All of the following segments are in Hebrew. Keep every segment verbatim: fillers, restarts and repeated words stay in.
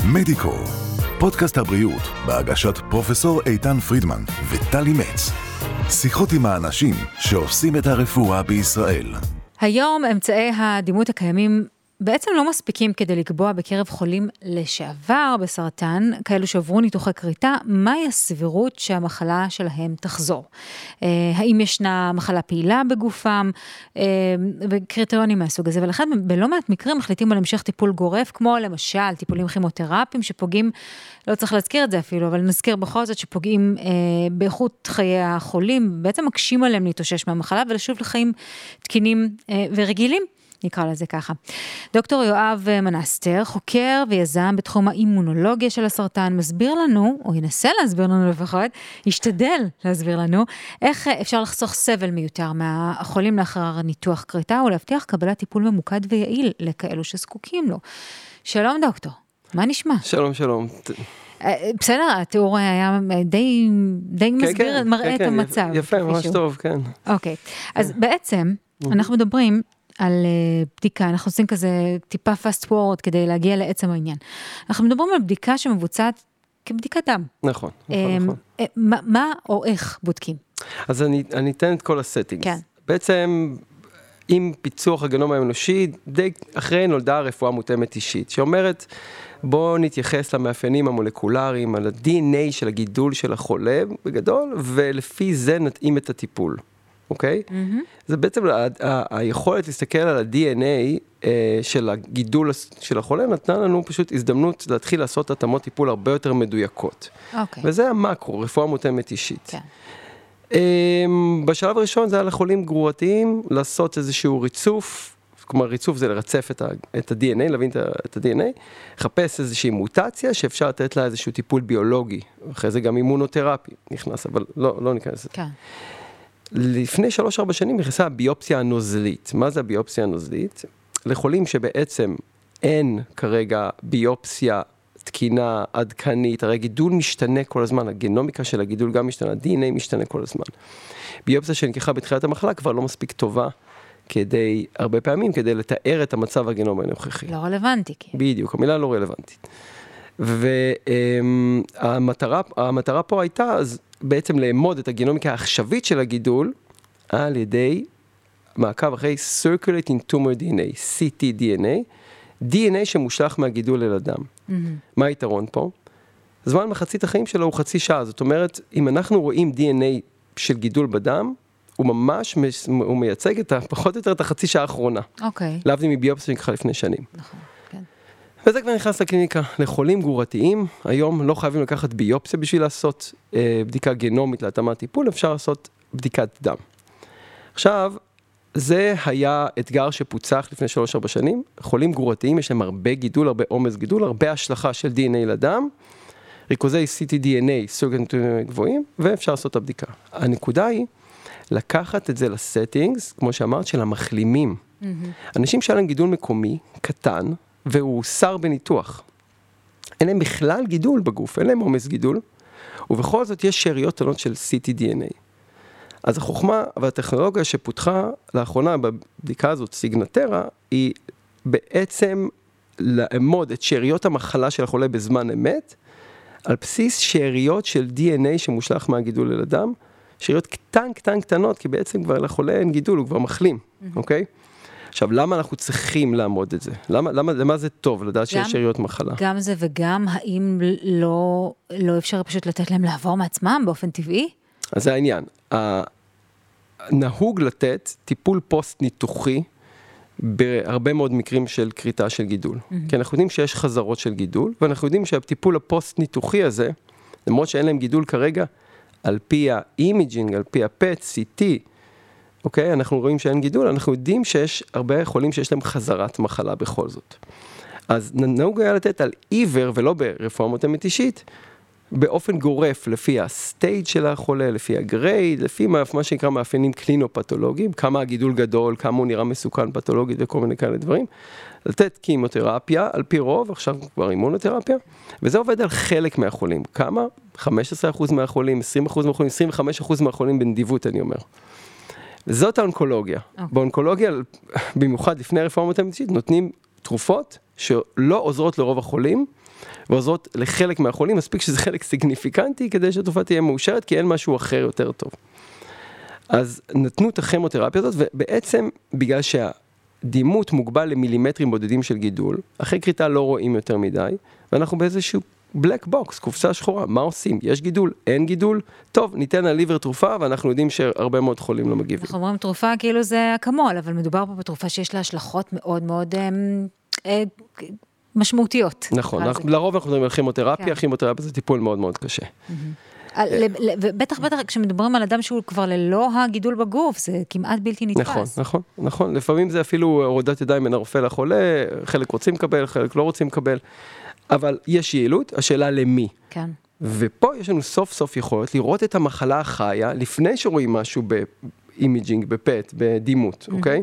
מדיקו, פודקאסט הבריאות בהגשת פרופסור איתן פרידמן וטלי מצ. שיחות עם האנשים שעושים את הרפואה בישראל. היום אמצעי הדימות הקיימים בעצם לא מספיקים כדי לקבוע בקרב חולים לשעבר בסרטן, כאלו שעברו ניתוחי כריתה, מהי הסבירות שהמחלה שלהם תחזור. אה, האם ישנה מחלה פעילה בגופם, אה, וקריטריונים מהסוג הזה, ולכן בלא מעט מקרים מחליטים על המשך טיפול גורף, כמו למשל טיפולים כימותרפיים שפוגעים, לא צריך להזכיר את זה אפילו, אבל נזכיר בכל זאת שפוגעים אה, באיכות חיי החולים, בעצם מקשים עליהם להתאושש מהמחלה ולשוב לחיים תקינים אה, ורגילים. נקרא לזה ככה. דוקטור יואב מנסטר, חוקר ויזם בתחום האימונולוגיה של הסרטן, מסביר לנו, או ינסה להסביר לנו לפחות, ישתדל להסביר לנו, איך אפשר לחסוך סבל מיותר מהחולים לאחר ניתוח כריתה, ולהבטיח קבלת טיפול ממוקד ויעיל לכאלו שזקוקים לו. שלום דוקטור, מה נשמע? שלום, שלום. בסדר, התיאור היה די, די כן, מסביר, כן, מראה כן, את כן, המצב. יפה, ממש שהוא. טוב, כן. אוקיי, אז בעצם אנחנו מדברים על בדיקה, אנחנו עושים כזה טיפה fast forward כדי להגיע לעצם העניין. אנחנו מדברים על בדיקה שמבוצעת כבדיקת דם. נכון, נכון, נכון. מה, מה או איך בודקים? אז אני, אני אתן את כל הסטינגס. כן. בעצם, עם פיצוח הגנום האנושי, די אחרי נולדה הרפואה מותאמת אישית, שאומרת, בואו נתייחס למאפיינים המולקולריים, על ה-די אן איי של הגידול של החולה בגדול, ולפי זה נתאים את הטיפול. אוקיי? Mm-hmm. זה בעצם ה- ה- היכולת להסתכל על ה-די אן איי אה, של הגידול של החולה, נתנה לנו פשוט הזדמנות להתחיל לעשות התאמות טיפול הרבה יותר מדויקות. אוקיי. וזה המקרו, רפואה מותאמת אישית. כן. אה, בשלב הראשון זה היה לחולים גרורתיים, לעשות איזשהו ריצוף, כלומר ריצוף זה לרצף את, ה- את ה-די אן איי, להבין את, ה- את ה-די אן איי, לחפש איזושהי מוטציה שאפשר לתת לה איזשהו טיפול ביולוגי, אחרי זה גם אימונותרפי נכנס, אבל לא, לא ניכנס. כן. לפני שלוש ארבע שנים נכנסה הביופסיה הנוזלית. מה זה הביופסיה הנוזלית? לחולים שבעצם אין כרגע ביופסיה תקינה, עדכנית, הרי גידול משתנה כל הזמן, הגנומיקה של הגידול גם משתנה, ה-די אן איי משתנה כל הזמן. ביופסיה שנלקחה בתחילת המחלה כבר לא מספיק טובה, כדי, הרבה פעמים, כדי לתאר את המצב הגנום הנוכחי. לא רלוונטי. בדיוק, המילה לא רלוונטית. והמטרה, המטרה פה הייתה אז בעצם לאמוד את הגנומיקה העכשווית של הגידול על ידי מעקב אחרי Circulating Tumor די אן איי, סי טי די אן איי, די אן איי שמושלך מהגידול אל הדם. Mm-hmm. מה היתרון פה? זמן מחצית החיים שלו הוא חצי שעה, זאת אומרת, אם אנחנו רואים די אן איי של גידול בדם, הוא ממש, הוא מייצג את פחות או יותר את החצי שעה האחרונה. אוקיי. להבדיל מביופסיה שנקחה לפני שנים. נכון, כן. וזה כבר נכנס לקליניקה. לחולים גרורתיים, היום לא חייבים לקחת ביופסיה בשביל לעשות אה, בדיקה גנומית להתאמת טיפול, אפשר לעשות בדיקת דם. עכשיו, זה היה אתגר שפוצח לפני שלוש ארבע שנים. חולים גרורתיים יש להם הרבה גידול, הרבה עומס גידול, הרבה השלכה של די אן איי לדם, ריכוזי סי טי די אן איי, סוגנטונים גבוהים, ואפשר לעשות את הבדיקה. הנקודה היא, לקחת את זה לסטינגס, כמו שאמרת, של המחלימים. Mm-hmm. אנשים שהיה להם גידול מקומי, קטן, והוא שר בניתוח. אין להם בכלל גידול בגוף, אין להם עומס גידול, ובכל זאת יש שאריות קטנות של סי טי די אן איי. אז החוכמה והטכנולוגיה שפותחה לאחרונה בבדיקה הזאת, סיגנטרה, היא בעצם לעמוד את שאריות המחלה של החולה בזמן אמת, על בסיס שאריות של די אן איי שמושלך מהגידול אל הדם, שאריות קטן קטן קטנות, כי בעצם כבר לחולה אין גידול, הוא כבר מחלים, אוקיי? עכשיו, למה אנחנו צריכים לעמוד את זה? למה, למה, למה זה טוב לדעת שיש שאריות מחלה? גם זה וגם, האם לא, לא אפשר פשוט לתת להם לעבור מעצמם באופן טבעי? אז זה העניין. נהוג לתת טיפול פוסט-ניתוחי בהרבה מאוד מקרים של קריטה של גידול. Mm-hmm. כי אנחנו יודעים שיש חזרות של גידול, ואנחנו יודעים שהטיפול הפוסט-ניתוחי הזה, למרות שאין להם גידול כרגע, על פי האימג'ינג, על פי הפט, סי טי, אוקיי? אנחנו רואים שאין גידול, אנחנו יודעים שיש הרבה חולים שיש להם חזרת מחלה בכל זאת. אז נהוג היה לתת על עיוור, ולא ברפואה מותאמת אישית, באופן גורף, לפי הסטייג' של החולה, לפי הגרייד, לפי מה, מה שנקרא מאפיינים קלינופתולוגיים, כמה הגידול גדול, כמה הוא נראה מסוכן פתולוגית וכל מיני כאלה דברים, לתת כימותרפיה, על פי רוב, עכשיו כבר אימונותרפיה, וזה עובד על חלק מהחולים. כמה? חמישה עשר אחוז מהחולים, עשרים אחוז מהחולים, עשרים וחמישה אחוז מהחולים בנדיבות, אני אומר. זאת האונקולוגיה. Okay. באונקולוגיה, במיוחד לפני הרפואה המותאמת אישית, נותנים תרופות שלא עוזרות לרוב החולים, ועוזרות לחלק מהחולים, מספיק שזה חלק סיגניפיקנטי, כדי שהתרופה תהיה מאושרת, כי אין משהו אחר יותר טוב. אז נתנו את הכימותרפיה הזאת, ובעצם בגלל שהדימות מוגבל למילימטרים בודדים של גידול, אחרי כריתה לא רואים יותר מדי, ואנחנו באיזשהו בלק בוקס, קופסה שחורה, מה עושים? יש גידול? אין גידול? טוב, ניתן לליבר תרופה, ואנחנו יודעים שהרבה מאוד חולים לא מגיבים. אנחנו אומרים תרופה כאילו זה אקמול, אבל מדובר פה בתרופה שיש לה השלכות מאוד מאוד אה, אה, משמעותיות. נכון, אנחנו, לרוב אנחנו מדברים על כימותרפיה, כן. כימותרפיה זה טיפול מאוד מאוד קשה. Mm-hmm. ובטח בטח כשמדברים על אדם שהוא כבר ללא הגידול בגוף, זה כמעט בלתי נתפס. נכון, נכון, נכון. לפעמים זה אפילו הורדת ידיים בין הרופא לחולה, חלק רוצים לקבל, חלק לא רוצים לקבל, אבל יש יעילות, השאלה למי. כן. ופה יש לנו סוף סוף יכולת לראות את המחלה החיה, לפני שרואים משהו באימיג'ינג, בפט, בדימות, אוקיי?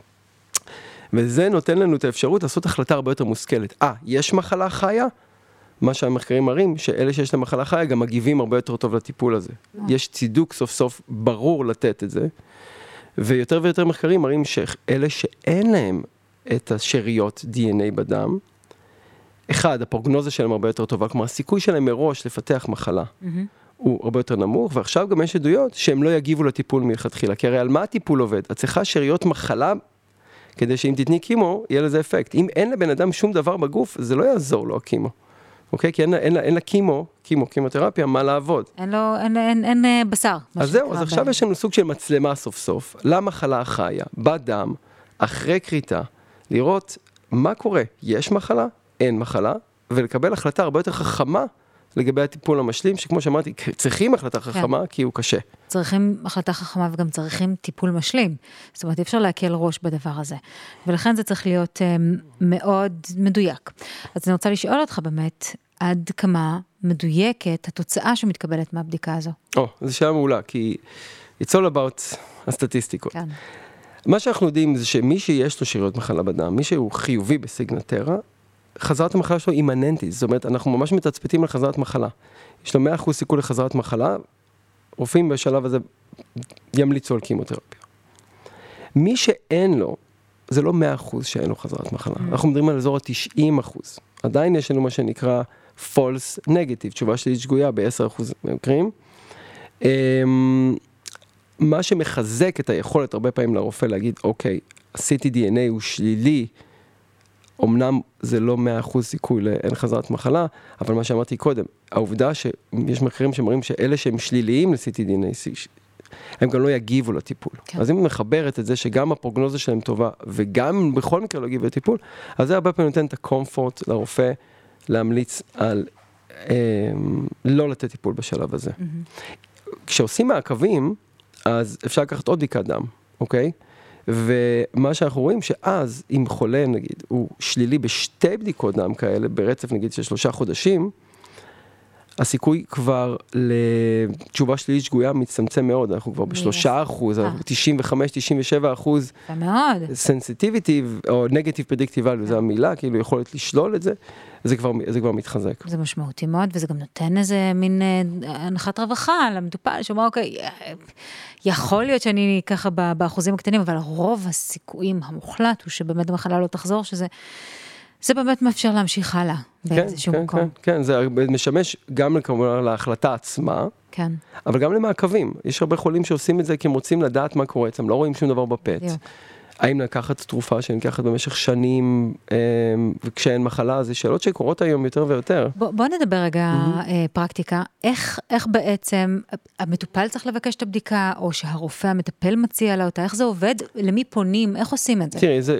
וזה נותן לנו את האפשרות לעשות החלטה הרבה יותר מושכלת. אה, יש מחלה חיה? מה שהמחקרים מראים, שאלה שיש להם מחלה חיה, גם מגיבים הרבה יותר טוב לטיפול הזה. יש צידוק סוף סוף ברור לתת את זה, ויותר ויותר מחקרים מראים שאלה שאין להם את השאריות די אן איי בדם, אחד, הפרוגנוזה שלהם הרבה יותר טובה, כלומר, הסיכוי שלהם מראש לפתח מחלה, mm-hmm. הוא הרבה יותר נמוך, ועכשיו גם יש עדויות שהם לא יגיבו לטיפול מלכתחילה, כי הרי על מה הטיפול עובד? את צריכה שאריות מחלה, כדי שאם תתני קימו, יהיה לזה אפקט. אם אין לבן אדם שום דבר בגוף, זה לא יעזור לו הקימו. אוקיי? כי אין לה, אין לה, אין לה קימו, קימו, קימותרפיה, מה לעבוד. אין לו, אין, אין, אין, אין בשר. אז זהו, אז עכשיו יש לנו סוג של מצלמה סוף סוף, למחלה החיה, בדם, אחרי קריטה, לראות מה קורה. יש מחלה? אין מחלה, ולקבל החלטה הרבה יותר חכמה לגבי הטיפול המשלים, שכמו שאמרתי, צריכים החלטה חכמה, כן. כי הוא קשה. צריכים החלטה חכמה וגם צריכים טיפול משלים. זאת אומרת, אי אפשר להקל ראש בדבר הזה. ולכן זה צריך להיות um, מאוד מדויק. אז אני רוצה לשאול אותך באמת, עד כמה מדויקת התוצאה שמתקבלת מהבדיקה הזו? או, זו שאלה מעולה, כי it's all about הסטטיסטיקות. כן. מה שאנחנו יודעים זה שמי שיש לו שאריות מחלה בדם, מי שהוא חיובי בסיגנטרה, חזרת המחלה שלו אימננטית, זאת אומרת, אנחנו ממש מתצפתים על חזרת מחלה. יש לו מאה אחוז סיכוי לחזרת מחלה, רופאים בשלב הזה ימליצו על קימותרפיה. מי שאין לו, זה לא מאה אחוז שאין לו חזרת מחלה. אנחנו מדברים על אזור ה-תשעים אחוז. עדיין יש לנו מה שנקרא false negative, תשובה שלילית שגויה ב-עשרה אחוז במקרים. מה שמחזק את היכולת הרבה פעמים לרופא להגיד, אוקיי, ה-סי טי די אן איי הוא שלילי, אמנם זה לא מאה אחוז סיכוי לאין חזרת מחלה, אבל מה שאמרתי קודם, העובדה שיש מחקרים שמראים שאלה שהם שליליים ל-סי טי די אן איי, הם גם לא יגיבו לטיפול. כן. אז אם מחברת את זה שגם הפרוגנוזה שלהם טובה, וגם בכל מקרה לא יגיבו לטיפול, אז זה הרבה פעמים נותן את הקומפורט לרופא להמליץ על אה, לא לתת טיפול בשלב הזה. Mm-hmm. כשעושים מעקבים, אז אפשר לקחת עוד בדיקת דם, אוקיי? ומה שאנחנו רואים שאז, אם חולה נגיד, הוא שלילי בשתי בדיקות דם כאלה, ברצף נגיד של שלושה חודשים, הסיכוי כבר לתשובה שלילית שגויה מצטמצם מאוד, אנחנו כבר בשלושה אחוז, תשעים וחמש תשעים ושבע אחוז סנסיטיביטי, או נגטיב פרדיקטיב ואליו, זו המילה, כאילו יכולת לשלול את זה, זה כבר, זה כבר מתחזק. זה משמעותי מאוד, וזה גם נותן איזה מין הנחת רווחה למטופל, שאומר, אוקיי, יכול להיות שאני ככה באחוזים הקטנים, אבל רוב הסיכויים המוחלט הוא שבאמת המחלה לא תחזור, שזה זה באמת מאפשר להמשיך הלאה באיזשהו כן, מקום. כן, כן, זה משמש גם כמובן להחלטה עצמה, כן. אבל גם למעקבים. יש הרבה חולים שעושים את זה כי הם רוצים לדעת מה קורה, הם לא רואים שום דבר בפט. האם לקחת תרופה שנלקחת במשך שנים, וכשאין מחלה, זה שאלות שקורות היום יותר ויותר. בוא, בוא נדבר רגע פרקטיקה. איך, איך בעצם המטופל צריך לבקש את הבדיקה, או שהרופא המטפל מציע לה אותה? איך זה עובד? למי פונים? איך עושים את זה? תראי, זה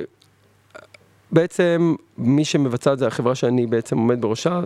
בעצם מי שמבצע את זה, החברה שאני בעצם עומד בראשה,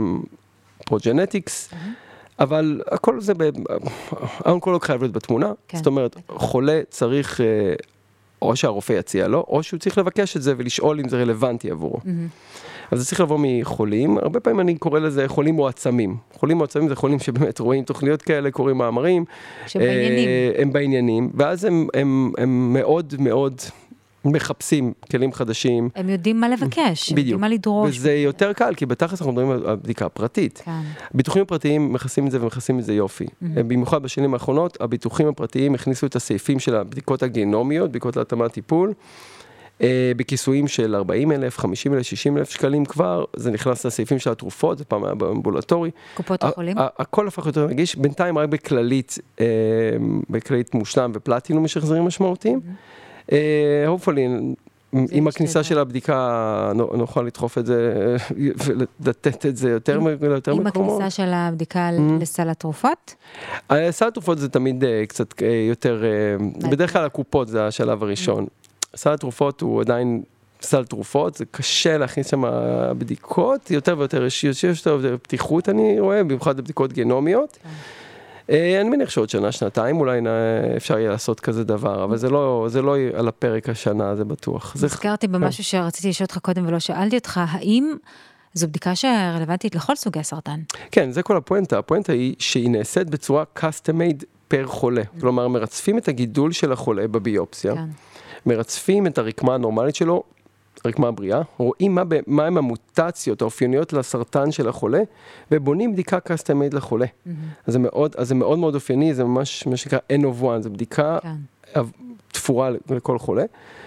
פרוג'נטיקס, אבל הכל זה, האונקולוג חייב להיות בתמונה, זאת אומרת, חולה צריך, או שהרופא יציע לו, או שהוא צריך לבקש את זה ולשאול אם זה רלוונטי עבורו. אז זה צריך לבוא מחולים, הרבה פעמים אני קורא לזה חולים מועצמים. חולים מועצמים זה חולים שבאמת רואים תוכניות כאלה, קוראים מאמרים. שבעניינים. הם בעניינים, ואז הם, הם, הם מאוד מאוד מחפשים כלים חדשים. הם יודעים מה לבקש, יודעים מה לדרוש. וזה יותר קל, כי בתכלס אנחנו מדברים על בדיקה פרטית. כן. הביטוחים הפרטיים מכסים את זה ומכסים את זה יופי. במיוחד בשנים האחרונות, הביטוחים הפרטיים הכניסו את הסעיפים של הבדיקות הגנומיות, בדיקות להתאמת טיפול, בכיסויים של ארבעים אלף, חמישים אלף, שישים אלף שקלים כבר, זה נכנס לסעיפים של התרופות, זה פעם היה באמבולטורי. קופות החולים? הכל הפך יותר נגיש, בינתיים רק בכללית, בכללית מושלם ופלטינום יש החזרים משמעותיים. hopefully, עם הכניסה של הבדיקה נוכל לדחוף את זה ולתת את זה יותר מקומות. עם הכניסה של הבדיקה לסל התרופות? סל התרופות זה תמיד קצת יותר, בדרך כלל הקופות זה השלב הראשון. סל התרופות הוא עדיין סל תרופות, זה קשה להכניס שם בדיקות, יותר ויותר יש יותר פתיחות אני רואה, במיוחד בבדיקות גנומיות. אני מניח שעוד שנה, שנתיים, אולי אפשר יהיה לעשות כזה דבר, אבל זה לא, זה לא על הפרק השנה, זה בטוח. הזכרתי במשהו שרציתי לשאול אותך קודם ולא שאלתי אותך, האם זו בדיקה שרלוונטית לכל סוגי הסרטן? כן, זה כל הפואנטה. הפואנטה היא שהיא נעשית בצורה custom made פר חולה. כלומר, מרצפים את הגידול של החולה בביופסיה, מרצפים את הרקמה הנורמלית שלו, רקמה הבריאה, רואים מה, מה הם המוטציות האופייניות לסרטן של החולה, ובונים בדיקה custom made לחולה. Mm-hmm. אז, זה מאוד, אז זה מאוד מאוד אופייני, זה ממש מה שנקרא N of one, זו בדיקה כן. תפורה לכל חולה,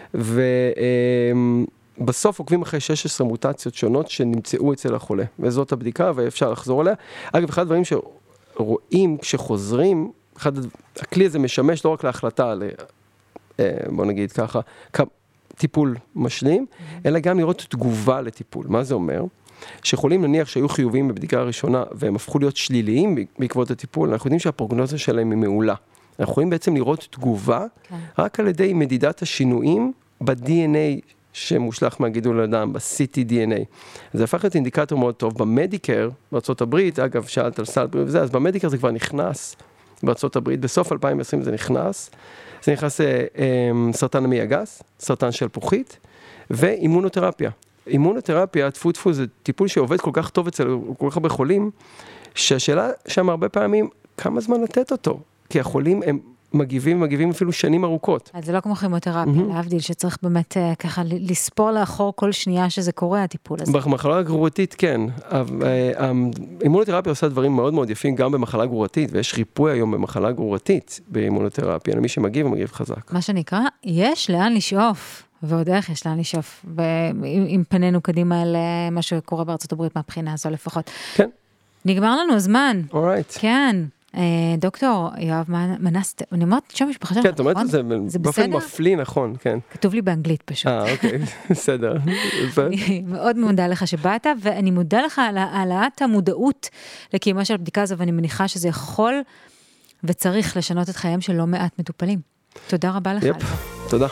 ובסוף עוקבים אחרי שש עשרה מוטציות שונות שנמצאו אצל החולה, וזאת הבדיקה ואפשר לחזור עליה. אגב, אחד הדברים שרואים כשחוזרים, אחד, הכלי הזה משמש לא רק להחלטה, בוא נגיד ככה, טיפול משלים, אלא גם לראות תגובה לטיפול. מה זה אומר? שחולים נניח שהיו חיוביים בבדיקה הראשונה, והם הפכו להיות שליליים בעקבות הטיפול, אנחנו יודעים שהפרוגנוזה שלהם היא מעולה. אנחנו יכולים בעצם לראות תגובה, רק על ידי מדידת השינויים ב-די אן איי שמושלח מהגידול לאדם, ב-סי טי די אן איי. זה הפך להיות אינדיקטור מאוד טוב. במדיקר, בארצות הברית, אגב, שאלת על סל בריאות וזה, אז במדיקר זה כבר נכנס בארצות הברית, בסוף אלפיים ועשרים זה נכנס, זה נכנס סרטן המעי הגס, סרטן שלפוחית, ואימונותרפיה. אימונותרפיה, טפו טפו, זה טיפול שעובד כל כך טוב אצל כל כך הרבה חולים, שהשאלה שם הרבה פעמים, כמה זמן לתת אותו? כי החולים הם מגיבים, מגיבים אפילו שנים ארוכות. אז זה לא כמו כימותרפיה, להבדיל, שצריך באמת ככה לספור לאחור כל שנייה שזה קורה, הטיפול הזה. במחלה גרורתית, כן. האימונותרפיה עושה דברים מאוד מאוד יפים גם במחלה גרורתית, ויש ריפוי היום במחלה גרורתית באימונותרפיה, למי שמגיב, מגיב חזק. מה שנקרא, יש לאן לשאוף, ועוד איך יש לאן לשאוף, אם פנינו קדימה למה שקורה בארצות הברית מהבחינה הזו לפחות. כן. נגמר לנו זמן. Alright. כן. דוקטור יואב מנסט, אני אומרת שם משפחה שלנו, כן, את אומרת את זה באופן מפליא, נכון, כן. כתוב לי באנגלית פשוט. אה, אוקיי, בסדר. אני מאוד מודה לך שבאת, ואני מודה לך על העלאת המודעות לקיומה של הבדיקה הזו, ואני מניחה שזה יכול וצריך לשנות את חייהם של לא מעט מטופלים. תודה רבה לך. יפ, תודה.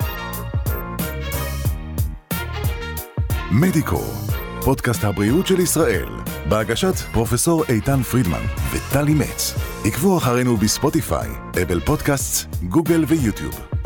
מדיקו, פודקאסט הבריאות של ישראל, בהגשת פרופסור איתן פרידמן וטלי מצ. עקבו אחרינו בספוטיפיי, אפל פודקאסט, גוגל ויוטיוב.